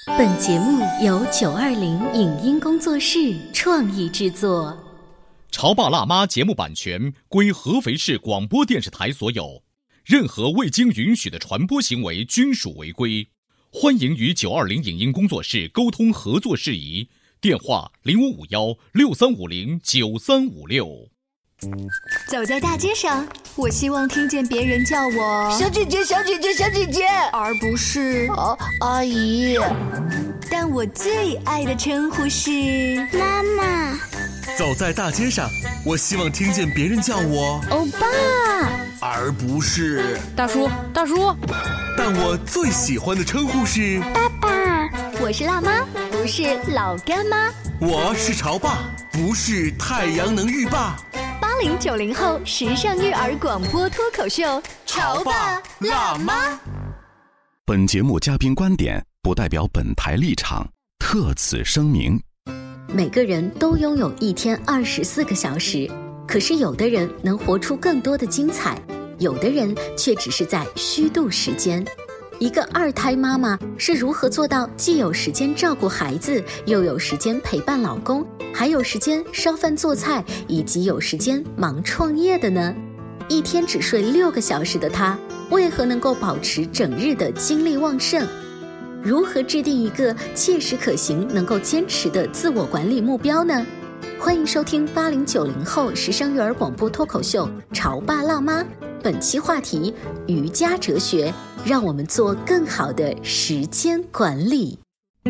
本节目由920影音工作室创意制作。 潮爸辣妈节目版权归合肥市广播电视台所有，任何未经允许的传播行为均属违规。欢迎与920影音工作室沟通合作事宜，电话055163509356。 走在大街上，我希望听见别人叫我小姐姐小姐姐小姐姐， 而不是阿姨。 但我最爱的称呼是妈妈。 走在大街上，我希望听见别人叫我欧巴， 而不是大叔大叔。 但我最喜欢的称呼是爸爸。 我是辣妈，不是老干妈。 我是潮爸，不是太阳能浴霸。 80、90后时尚育儿广播脱口秀，潮爸辣妈。 本节目嘉宾观点不代表本台立场，特此声明。 每个人都拥有一天24个小时，可是有的人能活出更多的精彩，有的人却只是在虚度时间。一个2胎妈妈是如何做到既有时间照顾孩子，又有时间陪伴老公，还有时间烧饭做菜，以及有时间忙创业的呢？一天只睡6个小时的她，为何能够保持整日的精力旺盛？如何制定一个切实可行、能够坚持的自我管理目标呢？欢迎收听80、90后时尚育儿广播脱口秀《潮爸辣妈》，本期话题：瑜伽哲学，让我们做更好的时间管理。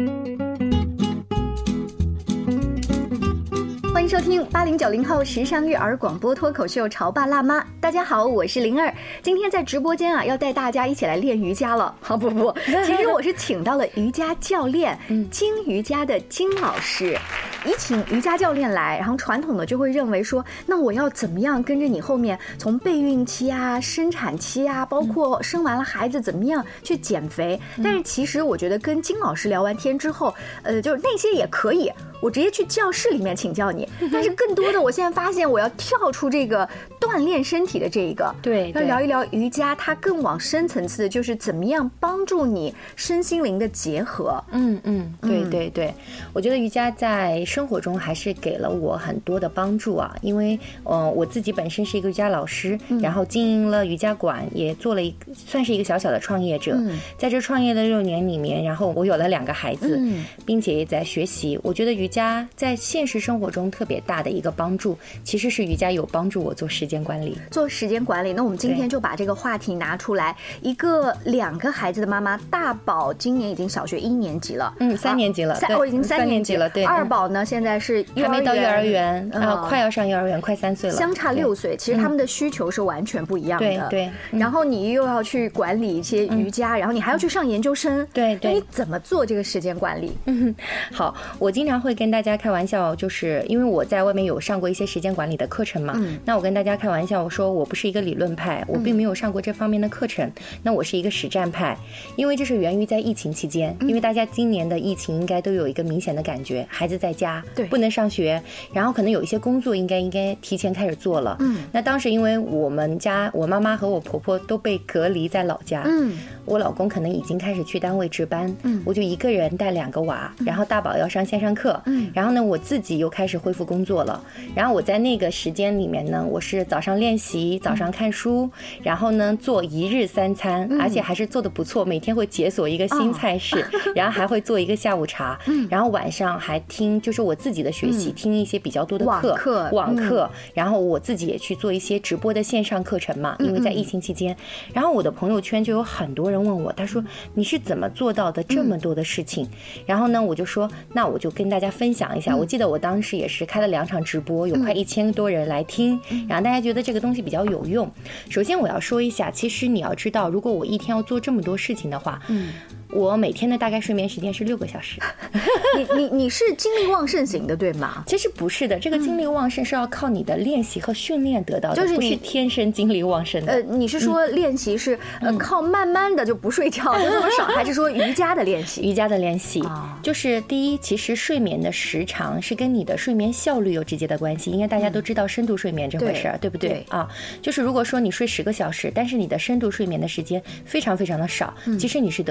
欢迎收听80、90后时尚育儿广播脱口秀《潮爸辣妈》。大家好，我是灵儿。今天在直播间要带大家一起来练瑜伽了。不，其实我是请到了瑜伽教练，金瑜伽的金老师。一请瑜伽教练来，然后传统的就会认为说，那我要怎么样跟着你后面从备孕期啊、生产期啊，包括生完了孩子怎么样去减肥。但是其实我觉得跟金老师聊完天之后，就是那些也可以，我直接去教室里面请教你。但是更多的，我现在发现我要跳出这个锻炼身体的这一个， 对， 要聊一聊瑜伽，它更往深层次的就是怎么样帮助你身心灵的结合。 对，我觉得瑜伽在生活中还是给了我很多的帮助啊，因为我自己本身是一个瑜伽老师，然后经营了瑜伽馆，也做了算是一个小小的创业者。在这创业的6年里面，然后我有了2个孩子，并且也在学习。我觉得瑜伽在现实生活中特别大的一个帮助，其实是瑜伽有帮助我做时间管理。 那我们今天就把这个话题拿出来。一个2个孩子的妈妈，大宝今年已经小学1年级了 ，3年级了， 已经3年级了。对，2宝呢现在是还没到幼儿园，快要上幼儿园，快3岁了， 相差6岁。其实他们的需求是完全不一样的。 对， 然后你又要去管理一些瑜伽，然后你还要去上研究生。对，你怎么做这个时间管理？ 好，我经常会跟大家开玩笑，就是因为我在外面有上过一些时间管理的课程嘛，那我跟大家开玩笑，我说我不是一个理论派，我并没有上过这方面的课程，那我是一个实战派。因为这是源于在疫情期间，因为大家今年的疫情应该都有一个明显的感觉，孩子在家，不能上学，然后可能有一些工作应该提前开始做了。那当时因为我们家我妈妈和我婆婆都被隔离在老家，我老公可能已经开始去单位值班，我就一个人带2个娃，然后大宝要上线上课，然后呢我自己又开始恢复工作了。然后我在那个时间里面呢，我是早上练习，早上看书，然后呢做1日3餐，而且还是做得不错，每天会解锁一个新菜式，然后还会做一个下午茶，然后晚上还听就是我自己的学习，听一些比较多的网课，然后我自己也去做一些直播的线上课程嘛，因为在疫情期间。然后我的朋友圈就有很多人问我，他说你是怎么做到的这么多的事情？然后呢我就说那我就跟大家分享一下。我记得我当时也是开了2场直播，有快1000多人来听，然后大家觉得这个东西比较有用。首先我要说一下，其实你要知道，如果我一天要做这么多事情的话，我每天的大概睡眠时间是6个小时。 你是精力旺盛型的对吗？ 其实不是的，这个精力旺盛是要靠你的练习和训练得到的， 就是不是天生精力旺盛的。 你是说练习是靠慢慢的就不睡觉就这么少，还是说瑜伽的练习？ 瑜伽的练习就是第一，其实睡眠的时长是跟你的睡眠效率有直接的关系，应该大家都知道深度睡眠这回事，对不对啊？就是如果说你睡10个小时，但是你的深度睡眠的时间非常非常的少，其实你是得不到充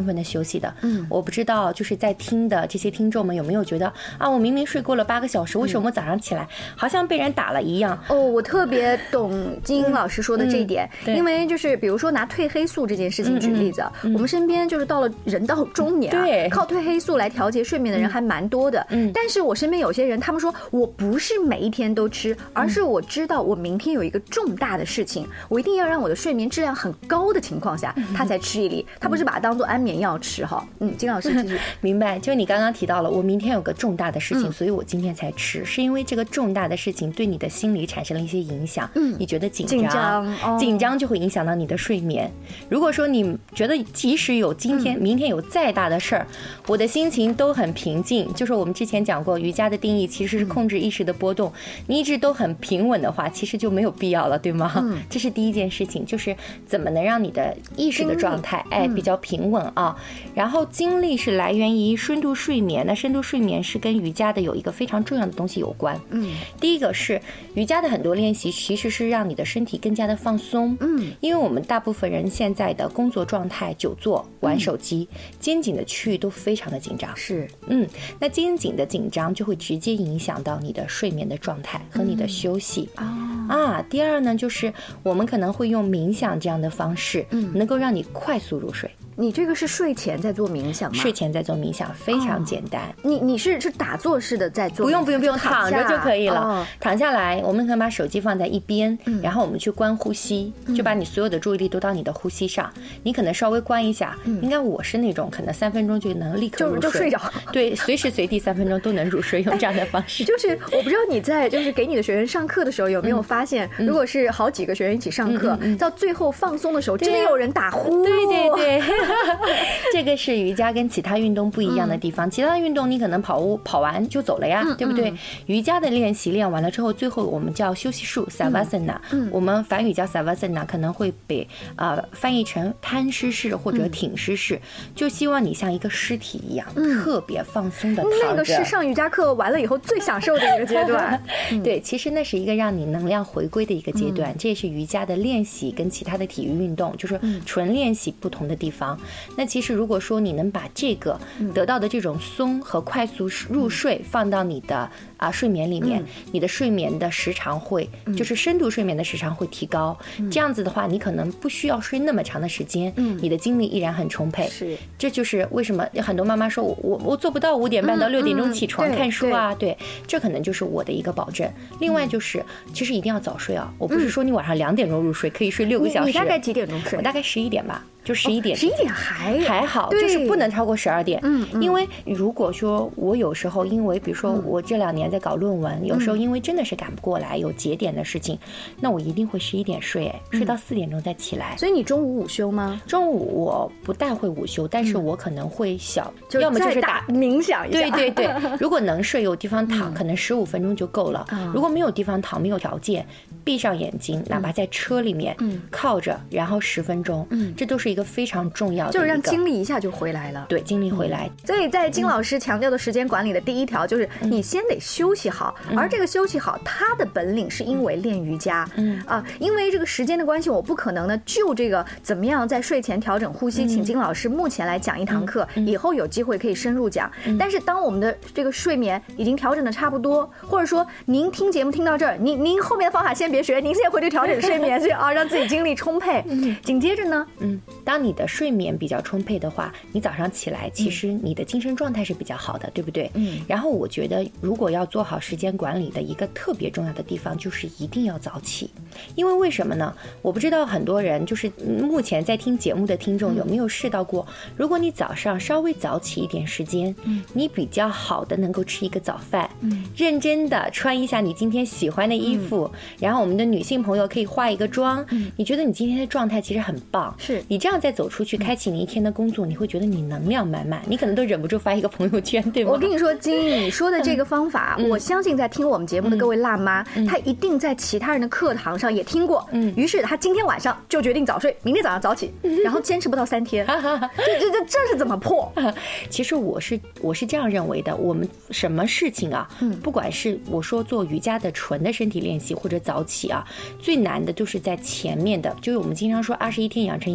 分的休息的。我不知道就是在听的这些听众们有没有觉得啊，我明明睡过了8个小时，为什么早上起来好像被人打了一样？ 我特别懂金英老师说的这一点，因为就是比如说拿褪黑素这件事情举例子，我们身边就是到了人到中年啊，靠褪黑素来调节睡眠的人还蛮多的。但是我身边有些人，他们说我不是每一天都吃，而是我知道我明天有一个重大的事情，我一定要让我的睡眠质量很高的情况下，他才吃一粒，他不是把它当做安眠药吃哈。金老师继续。 明白，就你刚刚提到了，我明天有个重大的事情，所以我今天才吃，是因为这个重大的事情对你的心理产生了一些影响，你觉得紧张就会影响到你的睡眠。如果说你觉得即使有今天、明天有再大的事儿，我的心情都很平静，就是我们之前讲过瑜伽的定义其实是控制意识的波动，你一直都很平稳的话，其实就没有必要了，对吗？这是第一件事情，就是怎么能让你的意识的状态比较平稳啊。然后精力是来源于深度睡眠，那深度睡眠是跟瑜伽的有一个非常重要的东西有关。第一个是瑜伽的很多练习其实是让你的身体更加的放松。因为我们大部分人现在的工作状态，久坐玩手机，肩颈的区域都非常的紧张。 是， 那肩颈的紧张就会直接影响到你的睡眠的状态和你的休息。第二呢，就是我们可能会用冥想这样的方式，能够让你快速入睡。 你这个是睡前在做冥想吗？ 睡前在做冥想，非常简单。 你是打坐式的在做？ 不用，躺着就可以了。躺下来，我们可以把手机放在一边，然后我们去观呼吸，就把你所有的注意力都到你的呼吸上。你可能稍微观一下，应该我是那种可能3分钟就能立刻入睡， 就睡着。 对，随时随地3分钟都能入睡，用这样的方式。 就是我不知道你在就是给你的学员上课的时候有没有发现，如果是好几个学员一起上课，到最后放松的时候，真的有人打呼。 对。这个是瑜伽跟其他运动不一样的地方。其他运动你可能跑完就走了呀，对不对？瑜伽的练习练完了之后，最后我们叫休息术 Savasana，我们梵语叫 Savasana， 可能会被翻译成摊尸式或者挺尸式，就希望你像一个尸体一样，特别放松的躺着。 那个是上瑜伽课完了以后最享受的一个阶段。 对，其实那是一个让你能量回归的一个阶段，这也是瑜伽的练习跟其他的体育运动就是纯练习不同的地方。那其实如果说你能把这个得到的这种松和快速入睡放到你的睡眠里面，你的睡眠的时长会就是深度睡眠的时长会提高。这样子的话，你可能不需要睡那么长的时间，你的精力依然很充沛。 是， 这就是为什么很多妈妈说我做不到5点半到6点钟起床看书啊。对，这可能就是我的一个保证。另外就是其实一定要早睡啊，我不是说你晚上2点钟入睡可以睡6个小时。 你大概几点钟睡？ 我大概11点吧。就11点 ，11点还好，就是不能超过12点。因为如果说我有时候因为比如说我这2年在搞论文，有时候因为真的是赶不过来，有节点的事情，那我一定会11点睡，睡到4点钟再起来。 所以你中午午休吗？ 中午我不大会午休，但是我可能会要么就是打冥想一下。 对，如果能睡有地方躺，可能15分钟就够了。如果没有地方躺，没有条件，闭上眼睛，哪怕在车里面靠着，然后10分钟，这都是一个非常重要的， 就是让精力一下就回来了。 对，精力回来。 所以在金老师强调的时间管理的第一条就是你先得休息好，而这个休息好，它的本领是因为练瑜伽。因为这个时间的关系，我不可能呢就这个怎么样在睡前调整呼吸，请金老师目前来讲一堂课，以后有机会可以深入讲。但是当我们的这个睡眠已经调整的差不多，或者说您听节目听到这儿，您后面的方法先别学，您先回去调整睡眠，让自己精力充沛。紧接着呢， 当你的睡眠比较充沛的话，你早上起来其实你的精神状态是比较好的，对不对？然后我觉得如果要做好时间管理的一个特别重要的地方就是一定要早起。因为什么呢？我不知道很多人就是目前在听节目的听众有没有试到过，如果你早上稍微早起一点时间，你比较好的能够吃一个早饭，认真的穿一下你今天喜欢的衣服，然后我们的女性朋友可以化一个妆，你觉得你今天的状态其实很棒， 是你这样再走出去开启你一天的工作，你会觉得你能量满满，你可能都忍不住发一个朋友圈，对吗？ 我跟你说金，你说的这个方法，我相信在听我们节目的各位辣妈，她一定在其他人的课堂上也听过，于是她今天晚上就决定早睡，明天早上早起，然后坚持不到3天，这是怎么破？ 其实我是这样认为的，我们什么事情啊，不管是我说做瑜伽的纯的身体练习或者早起啊，最难的就是在前面的，就是我们经常说21天养成一个习惯，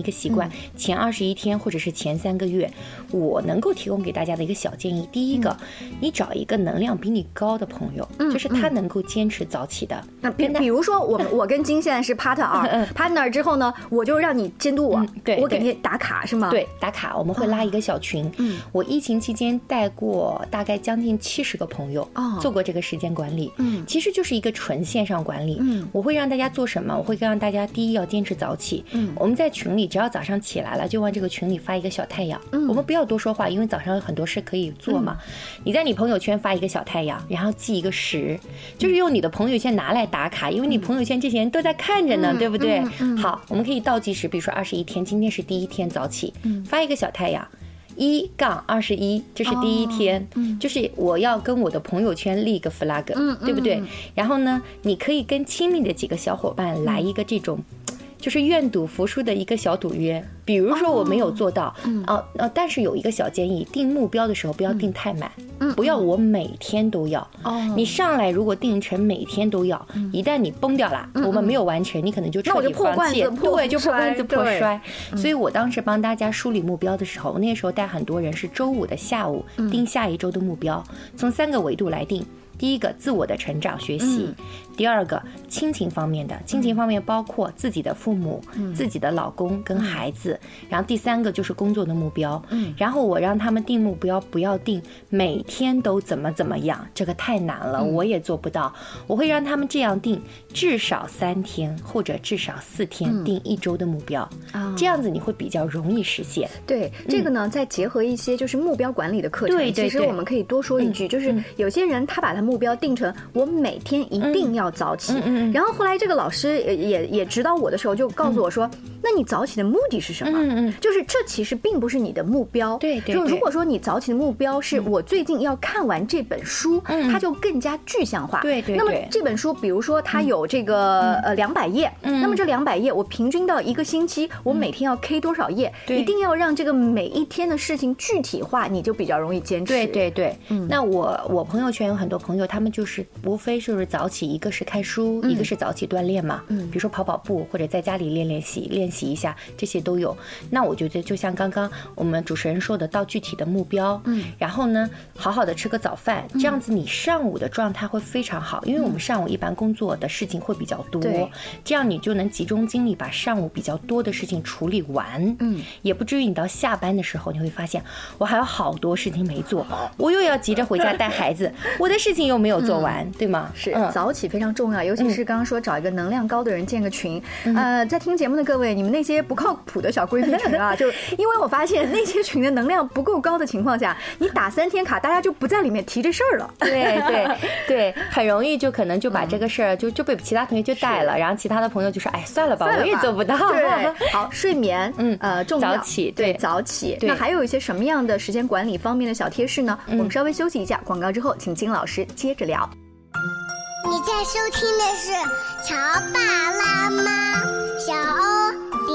前21天或者是前3个月，我能够提供给大家的一个小建议，第一个，你找一个能量比你高的朋友，就是他能够坚持早起的。 那比如说我跟金现在是 partner 之后呢，我就让你监督我，我给你打卡是吗？ 对，打卡，我们会拉一个小群。我疫情期间带过大概将近70个朋友，做过这个时间管理。其实就是一个纯线上管理。我会让大家做什么？我会让大家第一要坚持早起。我们在群里只要早上起来了，就往这个群里发一个小太阳。我们不要多说话，因为早上有很多事可以做嘛。你在你朋友圈发一个小太阳，然后记一个10，就是用你的朋友圈拿来打卡，因为你朋友圈这些人都在看着呢，对不对？好，我们可以倒计时，比如说21天，今天是第1天早起，发一个小太阳。1-21，这是第1天，就是我要跟我的朋友圈立一个 flag，对不对？然后呢，你可以跟亲密的几个小伙伴来一个这种，就是愿赌服输的一个小赌约。比如说我没有做到，但是有一个小建议，定目标的时候不要定太满，不要我每天都要。你上来如果定成每天都要，一旦你崩掉了，我们没有完成，你可能就彻底放弃，对，就破罐子破摔。所以我当时帮大家梳理目标的时候，那个时候带很多人是周5的下午定下一周的目标，从3个维度来定。第一个，自我的成长学习；第二个，亲情方面的，亲情方面包括自己的父母、自己的老公跟孩子；然后第3个就是工作的目标。然后我让他们定目标，不要定每天都怎么样，这个太难了，我也做不到。我会让他们这样定，至少3天或者至少4天定1周的目标，这样子你会比较容易实现。 对，这个呢，再结合一些就是目标管理的课程，其实我们可以多说一句，就是有些人他把他目标定成我每天一定要早起，然后后来这个老师也指导我的时候就告诉我说，那你早起的目的是什么？就是这其实并不是你的目标。对，如果说你早起的目标是我最近要看完这本书，它就更加具象化。对。那么这本书，比如说它有这个200页，那么这200页我平均到1个星期，我每天要 K 多少页？一定要让这个每一天的事情具体化，你就比较容易坚持。 对。那我朋友圈有很多朋友，他们就是无非就是早起，一个是看书，一个是早起锻炼嘛，比如说跑步或者在家里练习一下，这些都有。那我觉得就像刚刚我们主持人说的，到具体的目标，然后呢，好好的吃个早饭，这样子你上午的状态会非常好，因为我们上午一般工作的事情会比较多，这样你就能集中精力把上午比较多的事情处理完，也不至于你到下班的时候你会发现我还有好多事情没做，我又要急着回家带孩子，我的事情又没有做完，对吗？ 是，早起非常重要，尤其是刚刚说找一个能量高的人建个群。在听节目的各位，你们那些不靠谱的小闺蜜群啊，就因为我发现那些群的能量不够高的情况下，你打3天卡，大家就不在里面提这事儿了。 对，很容易就可能就把这个事儿就被其他同学就带了，然后其他的朋友就说，哎，算了吧，我也做不到。 对，好，睡眠，重要， 早起， 对，早起。那还有一些什么样的时间管理方面的小贴士呢？我们稍微休息一下，广告之后，请金老师接着聊。 你在收听的是潮爸辣妈，小欧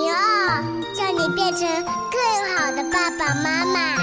02，叫你变成更好的爸爸妈妈。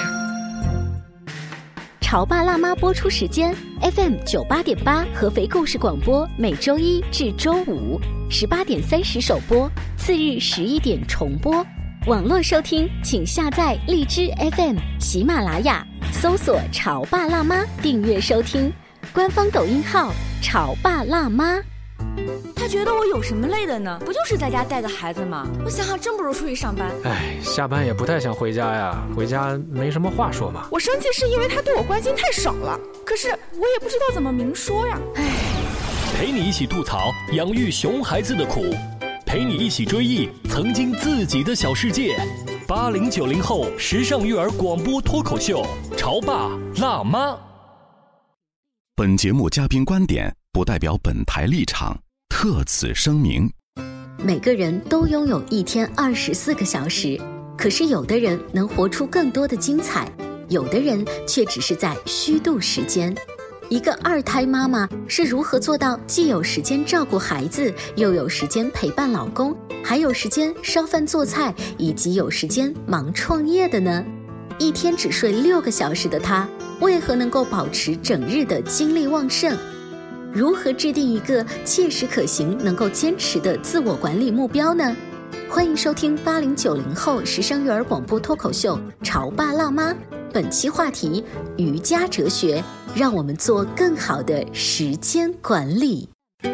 潮爸辣妈播出时间 FM 98.8合肥故事广播，每周1至周5 18点30首播，次日11点重播。网络收听请下载荔枝 FM、喜马拉雅，搜索潮爸辣妈订阅收听。官方抖音号潮爸辣妈。 他觉得我有什么累的呢？不就是在家带个孩子吗？我想想，真不如出去上班。 哎，下班也不太想回家呀，回家没什么话说嘛。 我生气是因为他对我关心太少了，可是我也不知道怎么明说呀。 陪你一起吐槽养育熊孩子的苦，陪你一起追忆曾经自己的小世界。80、90后时尚育儿广播脱口秀，潮爸辣妈。 本节目嘉宾观点不代表本台立场，特此声明。 每个人都拥有一天24个小时，可是有的人能活出更多的精彩，有的人却只是在虚度时间。一个2胎妈妈是如何做到既有时间照顾孩子，又有时间陪伴老公，还有时间烧饭做菜，以及有时间忙创业的呢？一天只睡6个小时的她，为何能够保持整日的精力旺盛？如何制定一个切实可行、能够坚持的自我管理目标呢？ 欢迎收听8090后时尚育儿广播脱口秀《潮爸辣妈》，本期话题：瑜伽哲学，让我们做更好的时间管理。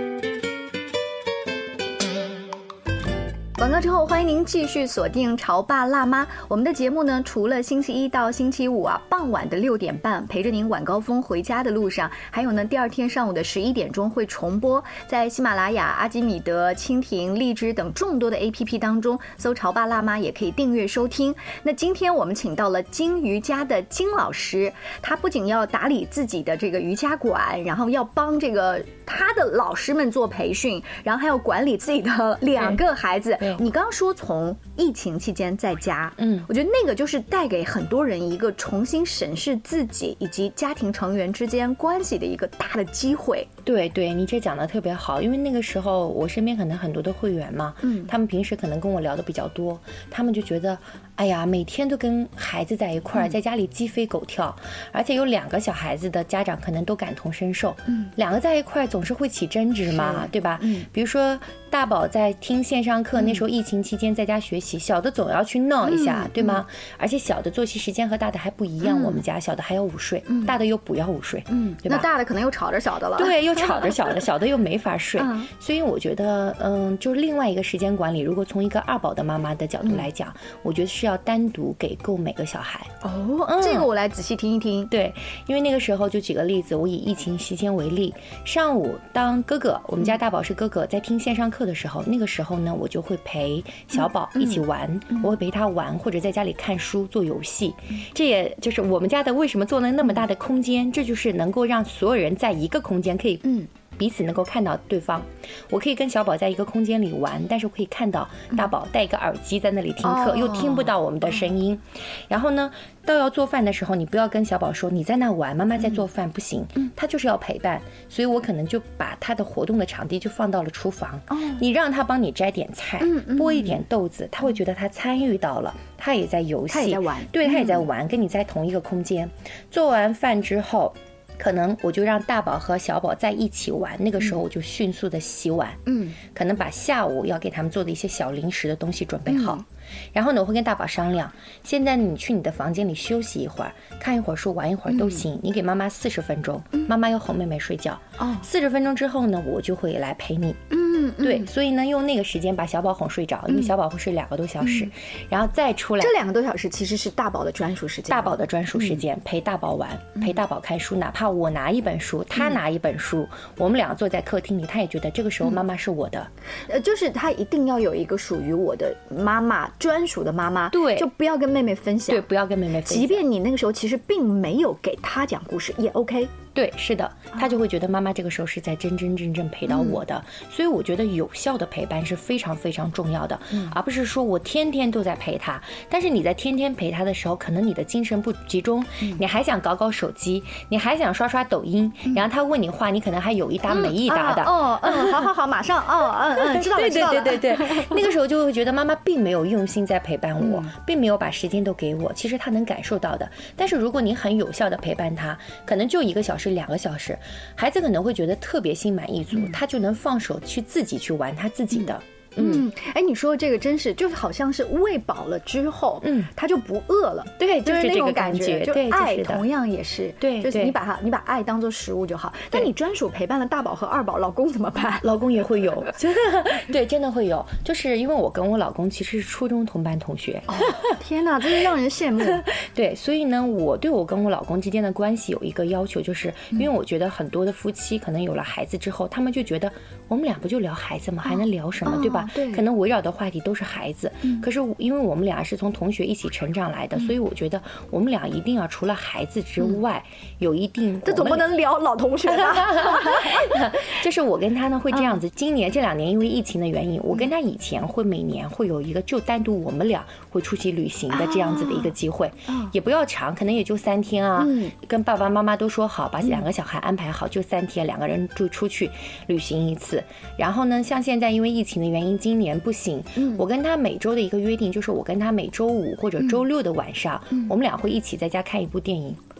广告之后，欢迎您继续锁定潮爸辣妈。我们的节目呢，除了星期一到星期五傍晚的6点半陪着您晚高峰回家的路上，还有呢第二天上午的11点钟会重播，在喜马拉雅、阿基米德、蜻蜓、荔枝等众多的 APP 当中搜潮爸辣妈也可以订阅收听。那今天我们请到了金瑜伽的金老师，他不仅要打理自己的这个瑜伽馆，然后要帮这个他的老师们做培训，然后还要管理自己的2个孩子。你刚刚说从疫情期间在家，我觉得那个就是带给很多人一个重新审视自己以及家庭成员之间关系的一个大的机会。 对，你这讲的特别好，因为那个时候我身边可能很多的会员嘛，他们平时可能跟我聊的比较多，他们就觉得，哎呀，每天都跟孩子在一块儿，在家里鸡飞狗跳，而且有2个小孩子的家长可能都感同身受，2个在一块总是会起争执嘛，对吧？比如说大宝在听线上课，那时候疫情期间在家学习，小的总要去闹一下，对吗？而且小的作息时间和大的还不一样，我们家小的还要午睡，大的又不要午睡，对吧？ 那大的可能又吵着小的了， 对，又吵着小的，小的又没法睡，所以我觉得，就是另外一个时间管理，如果从一个2宝的妈妈的角度来讲，我觉得是要单独给够每个小孩。 这个我来仔细听一听。 对，因为那个时候就举个例子，我以疫情期间为例，上午当哥哥，我们家大宝是哥哥，在听线上课的时候，那个时候呢，我就会陪小宝一起玩，我会陪他玩，或者在家里看书做游戏。这也就是我们家的为什么做了那么大的空间，这就是能够让所有人在一个空间可以彼此能够看到对方。我可以跟小宝在一个空间里玩，但是我可以看到大宝戴一个耳机在那里听课，又听不到我们的声音。然后呢，到要做饭的时候，你不要跟小宝说你在那玩，妈妈在做饭，不行，他就是要陪伴。所以我可能就把他的活动的场地就放到了厨房，你让他帮你摘点菜，剥一点豆子，他会觉得他参与到了，他也在游戏， 他也在玩， 对，他也在玩，跟你在同一个空间。做完饭之后，可能我就让大宝和小宝在一起玩，那个时候我就迅速的洗碗，可能把下午要给他们做的一些小零食的东西准备好，然后呢，我会跟大宝商量，现在你去你的房间里休息一会儿，看一会儿书，玩一会儿都行，你给妈妈40分钟，妈妈要哄妹妹睡觉，40分钟之后呢，我就会来陪你。对，所以呢，用那个时间把小宝哄睡着，因为小宝会睡2个多小时，然后再出来。 这2个多小时其实是大宝的专属时间， 大宝的专属时间，陪大宝玩，陪大宝看书，哪怕我拿一本书，他拿一本书，我们俩坐在客厅里，他也觉得这个时候妈妈是我的。 就是他一定要有一个属于我的妈妈，专属的妈妈， 对， 就不要跟妹妹分享， 对，不要跟妹妹分享， 即便你那个时候其实并没有给他讲故事，也 OK。 对，是的，他就会觉得妈妈这个时候是在真真正正陪到我的，所以我觉得有效的陪伴是非常非常重要的，而不是说我天天都在陪他，但是你在天天陪他的时候，可能你的精神不集中，你还想搞搞手机，你还想刷刷抖音，然后他问你话，你可能还有一搭没一搭的。 好，马上，知道了，知道了。 对，那个时候就会觉得妈妈并没有用心在陪伴我，并没有把时间都给我，其实他能感受到的。但是如果你很有效的陪伴他，可能就1个小时、2个小时，孩子可能会觉得特别心满意足，他就能放手去自己去玩他自己的。 你说这个真是，就是好像是喂饱了之后，他就不饿了， 对， 就是那种感觉。就爱就是同样也是， 对， 就是你把爱当做食物就好。但你专属陪伴了大宝和2宝，老公怎么办？ 老公也会有，对，真的会有。就是因为我跟我老公其实是初中同班同学。 天哪，真是让人羡慕。 对，所以呢，我对我跟我老公之间的关系有一个要求，就是因为我觉得很多的夫妻可能有了孩子之后，他们就觉得我们俩不就聊孩子吗？还能聊什么，对吧？ 对， 可能围绕的话题都是孩子，可是因为我们俩是从同学一起成长来的，所以我觉得我们俩一定要除了孩子之外，有一定这总不能聊老同学吧？ 就是我跟他呢会这样子，今年这2年因为疫情的原因，我跟他以前会每年会有一个就单独我们俩会出去旅行的这样子的一个机会，也不要长，可能也就3天啊，跟爸爸妈妈都说好，把2个小孩安排好，就3天，2个人就出去旅行一次。然后呢，像现在因为疫情的原因，今年不行，我跟他每周的一个约定就是，我跟他每周5或者周6的晚上，我们俩会一起在家看一部电影。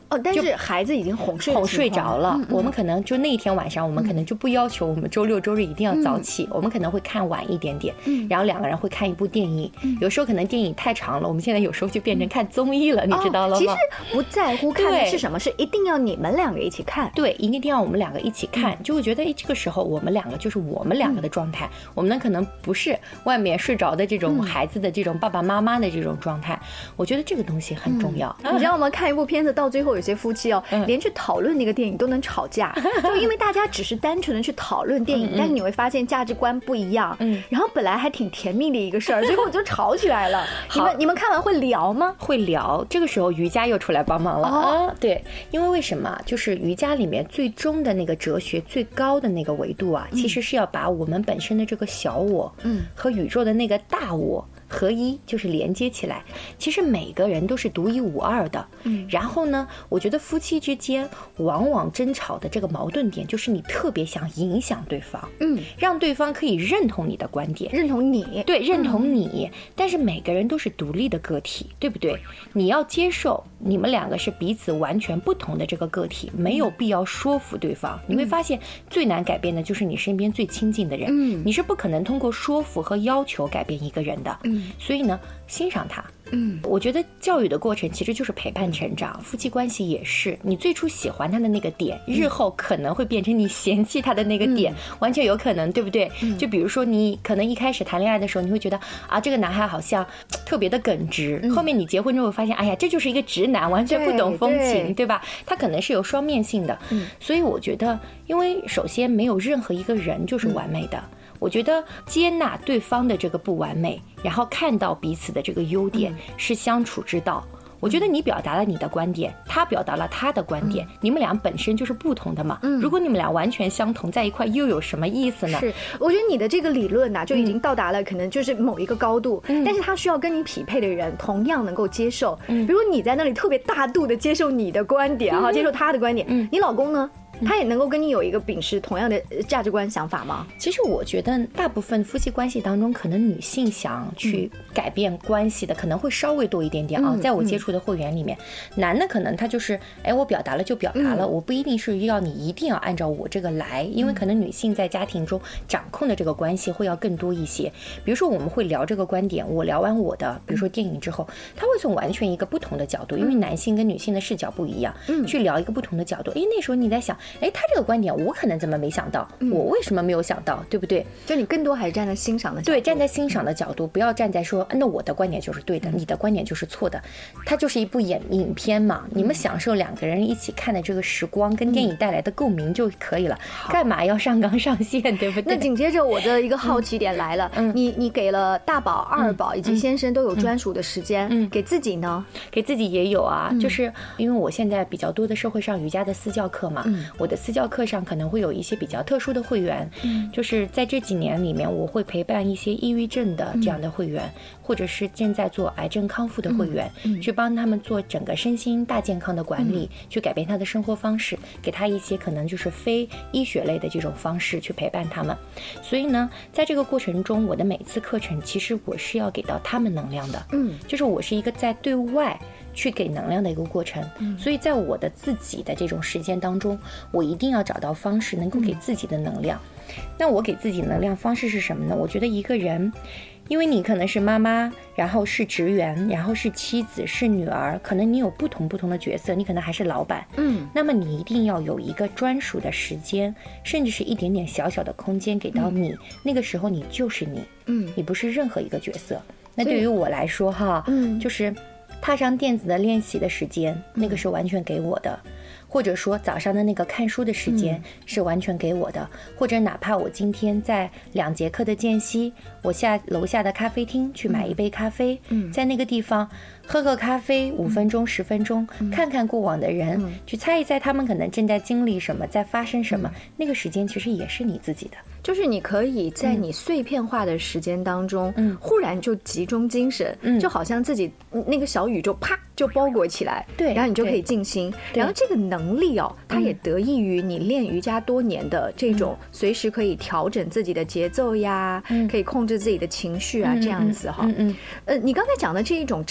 但是孩子已经哄睡着了，我们可能就那一天晚上，我们可能就不要求我们周六周日一定要早起，我们可能会看晚一点点，然后2个人会看一部电影，有时候可能电影太长了，我们现在有时候就变成看综艺了，你知道了吗？ 其实不在乎看的是什么，是一定要你们2个一起看。 对，一定要我们2个一起看，就会觉得这个时候我们2个就是我们2个的状态，我们可能不是外面睡着的这种孩子的这种爸爸妈妈的这种状态，我觉得这个东西很重要。 你知道吗？看一部片子到最后，有些夫妻连去讨论那个电影都能吵架，就因为大家只是单纯的去讨论电影，但是你会发现价值观不一样，然后本来还挺甜蜜的一个事儿，最后就吵起来了。你们看完会聊吗？ 会聊，这个时候瑜伽又出来帮忙了对，因为为什么？就是瑜伽里面最终的那个哲学最高的那个维度啊，其实是要把我们本身的这个小我，和宇宙的那个大我合一，就是连接起来。其实每个人都是独一无二的。然后呢，我觉得夫妻之间往往争吵的这个矛盾点，就是你特别想影响对方，让对方可以认同你的观点， 认同你， 对，认同你。但是每个人都是独立的个体，对不对？你要接受你们2个是彼此完全不同的这个个体，没有必要说服对方。你会发现最难改变的就是你身边最亲近的人，你是不可能通过说服和要求改变一个人的。所以呢，欣赏他。我觉得教育的过程其实就是陪伴成长，夫妻关系也是，你最初喜欢他的那个点，日后可能会变成你嫌弃他的那个点，完全有可能，对不对？就比如说你可能一开始谈恋爱的时候，你会觉得这个男孩好像特别的耿直，后面你结婚之后发现，哎呀，这就是一个直男，完全不懂风情，对吧？他可能是有双面性的。所以我觉得，因为首先没有任何一个人就是完美的，我觉得接纳对方的这个不完美，然后看到彼此的这个优点，是相处之道。我觉得你表达了你的观点，他表达了他的观点，你们俩本身就是不同的嘛。如果你们俩完全相同，在一块又有什么意思呢？ 是，我觉得你的这个理论就已经到达了可能就是某一个高度，但是他需要跟你匹配的人同样能够接受。比如你在那里特别大度的接受你的观点接受他的观点，你老公呢？他也能够跟你有一个秉持同样的价值观想法吗？ 其实我觉得大部分夫妻关系当中，可能女性想去改变关系的可能会稍微多一点点在我接触的会员里面，男的可能他就是我表达了就表达了，我不一定是要你一定要按照我这个来，因为可能女性在家庭中掌控的这个关系会要更多一些。比如说我们会聊这个观点，我聊完我的，比如说电影之后，他会从完全一个不同的角度，因为男性跟女性的视角不一样，去聊一个不同的角度。那时候你在想，他这个观点我可能怎么没想到，我为什么没有想到，对不对？ 就你更多还是站在欣赏的角度。 对，站在欣赏的角度，不要站在说那我的观点就是对的，你的观点就是错的。它就是一部影片嘛，你们享受2个人一起看的这个时光，跟电影带来的共鸣就可以了，干嘛要上纲上线，对不对？ 那紧接着我的一个好奇点来了，你给了大宝、二宝以及先生都有专属的时间，给自己呢？ 给自己也有啊，就是因为我现在比较多的社会上瑜伽的私教课嘛，我的私教课上可能会有一些比较特殊的会员，就是在这几年里面，我会陪伴一些抑郁症的这样的会员，或者是正在做癌症康复的会员，去帮他们做整个身心大健康的管理，去改变他的生活方式，给他一些可能就是非医学类的这种方式去陪伴他们。所以呢，在这个过程中，我的每次课程其实我是要给到他们能量的，就是我是一个在对外去给能量的一个过程，所以在我的自己的这种时间当中，我一定要找到方式能够给自己的能量。那我给自己能量方式是什么呢？我觉得一个人，因为你可能是妈妈，然后是职员，然后是妻子，是女儿，可能你有不同的角色，你可能还是老板，那么你一定要有一个专属的时间，甚至是一点点小小的空间给到你，那个时候你就是你，你不是任何一个角色。那对于我来说就是踏上垫子的练习的时间，那个是完全给我的，或者说早上的那个看书的时间是完全给我的，或者哪怕我今天在2节课的间隙，我下楼下的咖啡厅去买一杯咖啡，在那个地方喝个咖啡5分钟10分钟，看看过往的人，去猜一猜他们可能正在经历什么，在发生什么，那个时间其实也是你自己的。 就是你可以在你碎片化的时间当中，忽然就集中精神，就好像自己那个小宇宙啪就包裹起来， 对， 然后你就可以静心。然后这个能力它也得益于你练瑜伽多年的这种随时可以调整自己的节奏呀，可以控制自己的情绪啊，这样子你刚才讲的这一种场景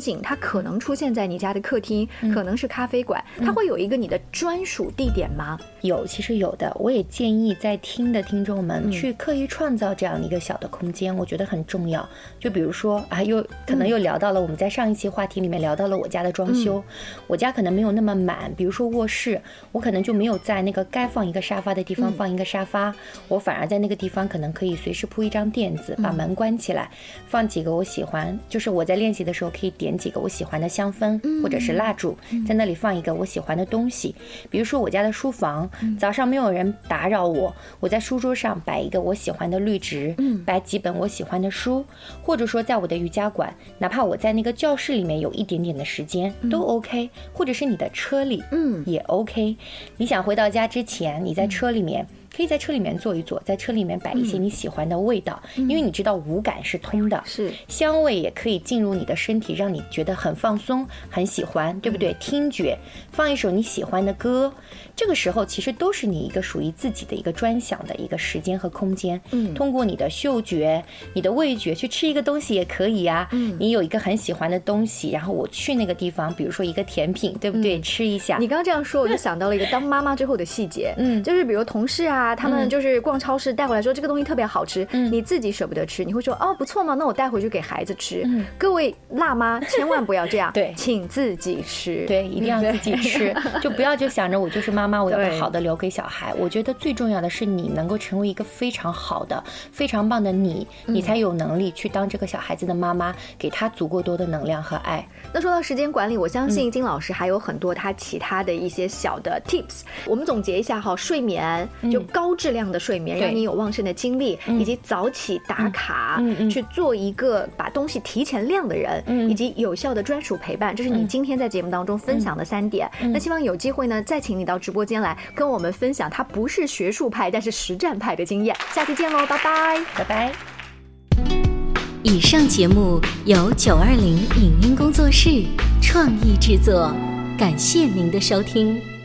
景它可能出现在你家的客厅，可能是咖啡馆，它会有一个你的专属地点吗？ 有，其实有的。我也建议在听的听众们去刻意创造这样一个小的空间，我觉得很重要。就比如说可能又聊到了我们在上一期话题里面聊到了我家的装修，我家可能没有那么满，比如说卧室，我可能就没有在那个该放一个沙发的地方放一个沙发，我反而在那个地方可能可以随时铺一张垫子，把门关起来，放几个我喜欢，就是我在练习的时候可以点几个我喜欢的香氛或者是蜡烛，在那里放一个我喜欢的东西。比如说我家的书房，早上没有人打扰我，我在书桌上摆一个我喜欢的绿植，摆几本我喜欢的书，或者说在我的瑜伽馆，哪怕我在那个教室里面有一点点的时间都 OK， 或者是你的车里也 OK。你想回到家之前，你在车里面可以在车里面坐一坐，在车里面摆一些你喜欢的味道，因为你知道五感是通的， 是香味也可以进入你的身体，让你觉得很放松很喜欢，对不对？听觉放一首你喜欢的歌，这个时候其实都是你一个属于自己的一个专享的一个时间和空间。通过你的嗅觉你的味觉去吃一个东西也可以啊，你有一个很喜欢的东西，然后我去那个地方，比如说一个甜品，对不对？吃一下。 你刚刚这样说我就想到了一个当妈妈之后的细节，就是比如同事啊，他们就是逛超市带回来说这个东西特别好吃，你自己舍不得吃，你会说哦不错嘛，那我带回去给孩子吃。各位辣妈千万不要这样，对，请自己吃， 对，一定要自己吃，就不要就想着我就是妈妈，我要把好的留给小孩。我觉得最重要的是你能够成为一个非常好的非常棒的你才有能力去当这个小孩子的妈妈，给他足够多的能量和爱。 那说到时间管理，我相信金老师还有很多他其他的一些小的 tips。我们总结一下哈，睡眠就高质量的睡眠，让你有旺盛的精力，以及早起打卡，去做一个把东西提前亮的人，以及有效的专属陪伴，这是你今天在节目当中分享的3点。那希望有机会呢，再请你到直播间来跟我们分享他不是学术派但是实战派的经验。下期见喽，拜拜， 拜拜。 以上节目由920影音工作室创意制作，感谢您的收听。